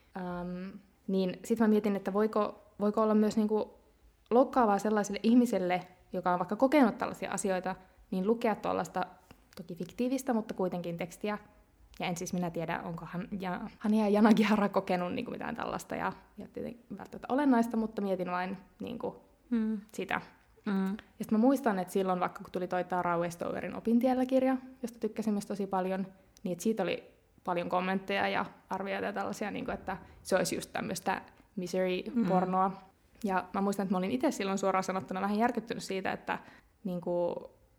B: Niin sitten mä mietin, että voiko olla myös niinku loukkaavaa sellaiselle ihmiselle, joka on vaikka kokenut tällaisia asioita, niin lukea tuollaista toki fiktiivistä, mutta kuitenkin tekstiä. Ja en siis minä tiedä, onko hän ja Jana Gihara kokenut niinku mitään tällaista ja tietenkin välttämättä olennaista, mutta mietin vain niinku sitä. Ja sitten mä muistan, että silloin vaikka kun tuli toi Tara Westoverin Opintiellä-kirja, josta tykkäsin myös tosi paljon, niin että siitä oli paljon kommentteja ja arvioita ja tällaisia, niin kuin, että se olisi just tämmöistä misery-pornoa. Ja mä muistan, että mä olin itse silloin suoraan sanottuna vähän järkyttynyt siitä, että niin kuin,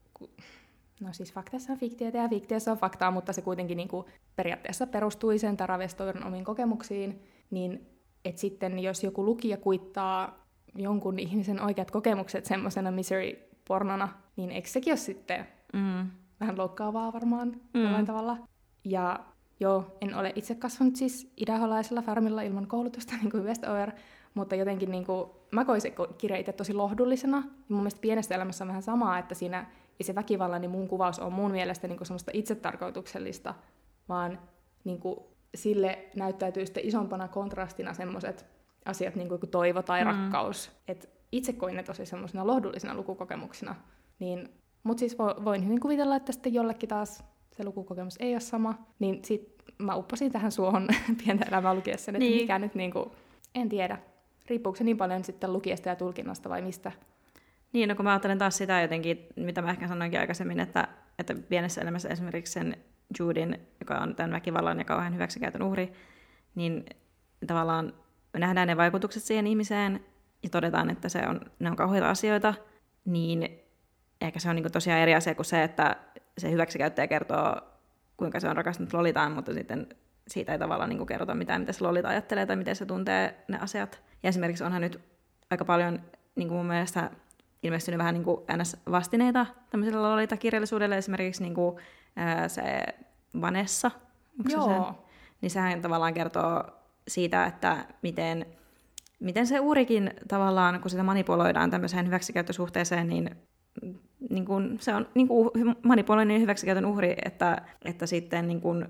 B: no siis faktassa on fiktiota ja fiktiassa on faktaa, mutta se kuitenkin niin kuin periaatteessa perustui sen Tara Westoverin omiin kokemuksiin, niin että sitten jos joku lukija kuittaa jonkun ihmisen oikeat kokemukset semmoisena misery-pornona, niin eikö sekin ole sitten vähän loukkaavaa varmaan jollain tavalla. Ja joo, en ole itse kasvanut siis idaholaisella farmilla ilman koulutusta, niin kuin Westover, mutta jotenkin niin kuin, mä koin se kirja itse tosi lohdullisena. Ja mun mielestä pienessä elämässä on vähän samaa, että siinä ei se väkivallan, niin mun kuvaus on mun mielestä niin kuin semmoista itsetarkoituksellista, vaan niin kuin, sille näyttäytyy sitten isompana kontrastina semmoiset asiat niin kuin toivo tai rakkaus. Et itse koin ne tosi semmoisena lohdullisena lukukokemuksina. Niin, mutta siis voin hyvin kuvitella, että sitten jollekin taas se lukukokemus ei ole sama. Niin sit mä upposin tähän suohon pientä elämää lukiessa, että mikä nyt niinku, en tiedä. Riippuuko se niin paljon sitten lukijasta ja tulkinnasta vai mistä?
A: Niin, no kun mä ajattelen taas sitä jotenkin, mitä mä ehkä sanoinkin aikaisemmin, että pienessä elämässä esimerkiksi sen Judin, joka on tämän väkivallan ja kauhean hyväksikäytön uhri, niin tavallaan nähdään ne vaikutukset siihen ihmiseen ja todetaan, että ne on kauheita asioita, niin ehkä se on niin kuin tosiaan eri asia kuin se, että se hyväksikäyttäjä kertoo, kuinka se on rakastunut Lolitaan, mutta sitten siitä ei tavallaan niin kuin kerrota mitään, mitä se Lolita ajattelee tai miten se tuntee ne asiat. Ja esimerkiksi onhan nyt aika paljon niin kuin mun mielestä ilmestynyt vähän niin kuin NS-vastineita tämmöiselle Lolita-kirjallisuudelle, esimerkiksi niin kuin, se Vanessa, niin sehän tavallaan kertoo siitä, että miten se uhrikin tavallaan, kun sitä manipuloidaan tämmöiseen hyväksikäyttösuhteeseen, niin kun se on niin kuin manipuloinnin hyväksikäytön uhri, että sitten niin kun,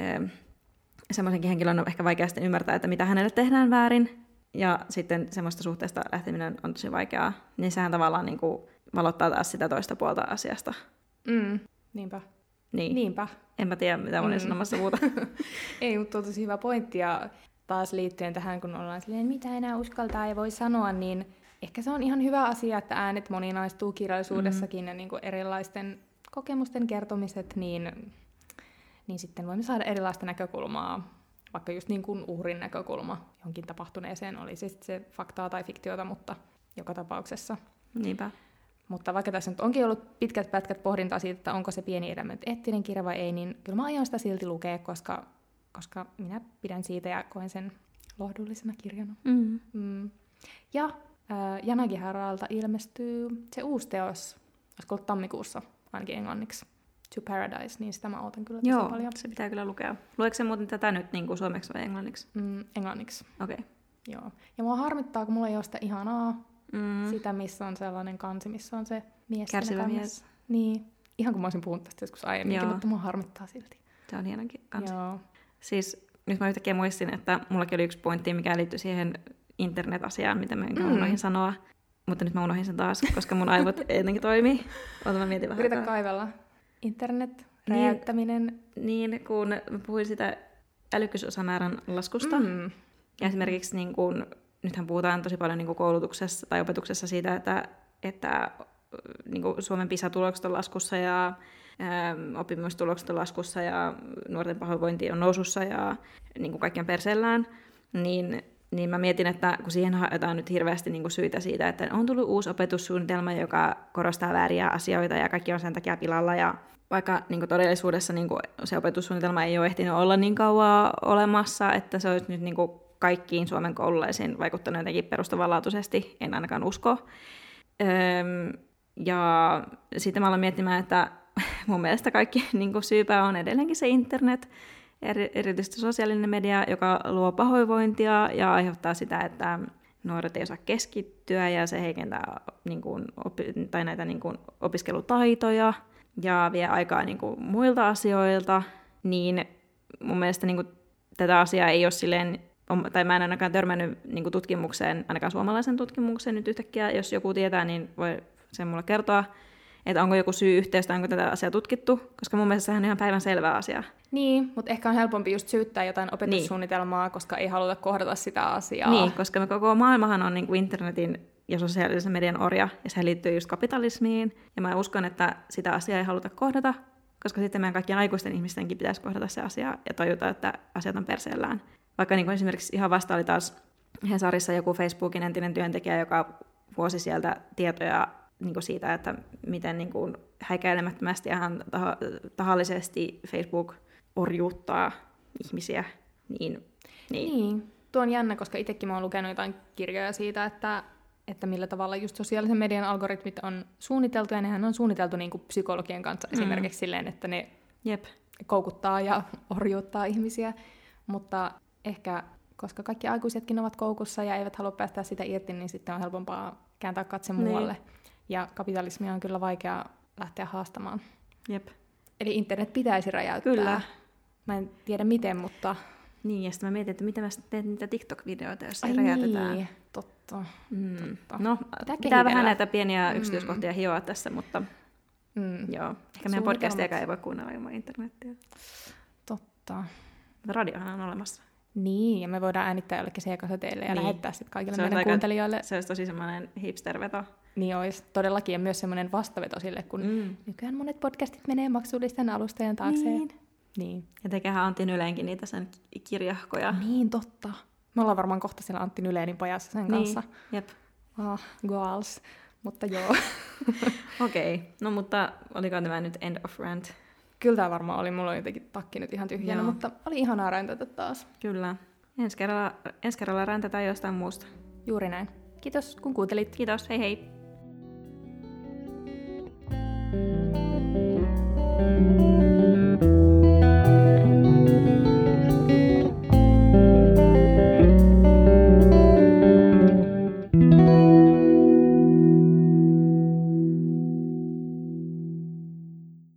A: semmoisenkin henkilön on ehkä vaikea sitten ymmärtää, että mitä hänelle tehdään väärin, ja sitten semmoista suhteesta lähteminen on tosi vaikeaa, niin sehän tavallaan niin kuin valottaa taas sitä toista puolta asiasta.
B: Niinpä.
A: Niin.
B: Niinpä.
A: Enpä tiedä, mitä olin sanomassa muuta.
B: Ei, mutta on tosi hyvä pointti, ja taas liittyen tähän, kun ollaan silleen, mitä enää uskaltaa ja voi sanoa, niin ehkä se on ihan hyvä asia, että äänet moninaistuu kirjallisuudessakin ja niin kuin erilaisten kokemusten kertomiset, niin sitten voimme saada erilaista näkökulmaa, vaikka just niin kuin uhrin näkökulma johonkin tapahtuneeseen, oli se sitten se faktaa tai fiktiota, mutta joka tapauksessa.
A: Niinpä.
B: Mutta vaikka tässä nyt onkin ollut pitkät pätkät pohdintaa siitä, että onko se pieni elämä nyt eettinen kirja vai ei, niin kyllä mä aion sitä silti lukea, koska minä pidän siitä ja koen sen lohdullisena kirjana. Ja Jana Giharalta ilmestyy se uusi teos, olisiko ollut tammikuussa, ainakin englanniksi, To Paradise, niin sitä mä ootan kyllä tosi paljon.
A: Se pitää kyllä lukea. Lueeko se muuten tätä nyt niin kuin suomeksi vai englanniksi?
B: Englanniksi.
A: Okei. Okay.
B: Joo. Ja mua harmittaa, kun mulla ei ole sitä ihanaa, sitä missä on sellainen kansi, missä on se mies.
A: Kärsivä mies.
B: Niin. Ihan kuin mä olisin puhunut tästä joskus aiemminkin, mutta mua harmittaa silti.
A: Se on hienonkin kansi.
B: Joo.
A: Siis nyt mä yhtäkkiä muistin, että mullakin oli yksi pointti, mikä liittyi siihen internet-asiaan, mitä mä unohdin sanoa. Mutta nyt mä unohdin sen taas, koska mun aivot ei jotenkin toimi. Ota, mä mietin vähän.
B: Yritä kaivella. Internet, räjäyttäminen.
A: Niin, kun mä puhuin sitä älykkyysosamäärän laskusta. Ja esimerkiksi niin kun, nythän puhutaan tosi paljon niin kun koulutuksessa tai opetuksessa siitä, että niin kun Suomen PISA-tulokset on laskussa ja oppimistulokset on laskussa ja nuorten pahoinvointi on nousussa ja niin kuin kaikki on perseellään, niin mä mietin, että kun siihen haetaan nyt hirveästi niin kuin syitä siitä, että on tullut uusi opetussuunnitelma, joka korostaa vääriä asioita ja kaikki on sen takia pilalla ja vaikka niin kuin todellisuudessa niin kuin se opetussuunnitelma ei ole ehtinyt olla niin kauan olemassa, että se olisi nyt niin kuin kaikkiin Suomen koululaisiin vaikuttanut jotenkin perustavanlaatuisesti, en ainakaan usko. Ja sitten mä aloin miettimään, että mun mielestä kaikki niin kuin syypää on edelleenkin se internet, erityisesti sosiaalinen media, joka luo pahoinvointia ja aiheuttaa sitä, että nuoret ei osaa keskittyä ja se heikentää niin kuin, näitä niin kuin, opiskelutaitoja ja vie aikaa niin kuin, muilta asioilta, niin mun mielestä niin kuin, tätä asiaa ei ole silleen, tai mä en ainakaan törmännyt niin kuin, tutkimukseen, ainakaan suomalaisen tutkimukseen nyt yhtäkkiä. Jos joku tietää, niin voi sen mulle kertoa, että onko joku syy-yhteys tai onko tätä asiaa tutkittu, koska mun mielestä sehän on ihan päivänselvä asia.
B: Niin, mutta ehkä on helpompi just syyttää jotain opetussuunnitelmaa, niin. Koska ei haluta kohdata sitä asiaa.
A: Niin, koska koko maailmahan on niin kuin internetin ja sosiaalisen median orja, ja se liittyy just kapitalismiin. Ja mä uskon, että sitä asiaa ei haluta kohdata, koska sitten meidän kaikkien aikuisten ihmistenkin pitäisi kohdata se asia ja tajuta, että asiat on perseellään. Vaikka niin kuin esimerkiksi ihan vasta oli taas Hesarissa joku Facebookin entinen työntekijä, joka vuosi sieltä tietoja niin kuin siitä, että miten niin kuin häikäilemättömästi ja tahallisesti Facebook orjuuttaa ihmisiä. Niin.
B: Tuo on jännä, koska itsekin mä oon lukenut jotain kirjoja siitä, että millä tavalla just sosiaalisen median algoritmit on suunniteltu, ja nehän on suunniteltu niin kuin psykologien kanssa esimerkiksi silleen, että ne koukuttaa ja orjuuttaa ihmisiä, mutta ehkä koska kaikki aikuisetkin ovat koukussa ja eivät halua päästä sitä irti, niin sitten on helpompaa kääntää katse muualle. Ja kapitalismia on kyllä vaikea lähteä haastamaan.
A: Jep.
B: Eli internet pitäisi räjäyttää.
A: Kyllä.
B: Mä en tiedä miten, mutta...
A: Niin, ja sitten mä mietin, että miten mä teet niitä TikTok-videoita, jos ei räjäytetään.
B: Niin, totta.
A: No, pitää vähän näitä pieniä yksityiskohtia hioa tässä, mutta joo. Ehkä meidän podcastiakaan ei voi kuunnella ilman internettiä.
B: Totta.
A: Radiohan on olemassa.
B: Niin, ja me voidaan äänittää jollekin CK-säteille ja lähettää sitten kaikille meidän kuuntelijoille.
A: Se olisi tosi semmoinen hipster-veto.
B: Niin olisi todellakin, ja myös semmoinen vastaveto sille, kun nykyään monet podcastit menee maksullisten alustojen taakse. Niin.
A: Ja tekehän Antti Nyleenkin niitä sen kirjahkoja.
B: Niin, totta. Me ollaan varmaan kohta siellä Antti Nyleenin pajassa sen kanssa.
A: Jep.
B: Goals. Mutta joo.
A: Okei. No mutta oliko tämä nyt end of rant?
B: Kyllä tämä varmaan oli. Mulla on jotenkin takki nyt ihan tyhjänä, mutta oli ihanaa räntätä taas.
A: Kyllä. Ensi kerralla räntätään jostain muusta.
B: Juuri näin. Kiitos kun kuuntelit.
A: Kiitos. Hei hei.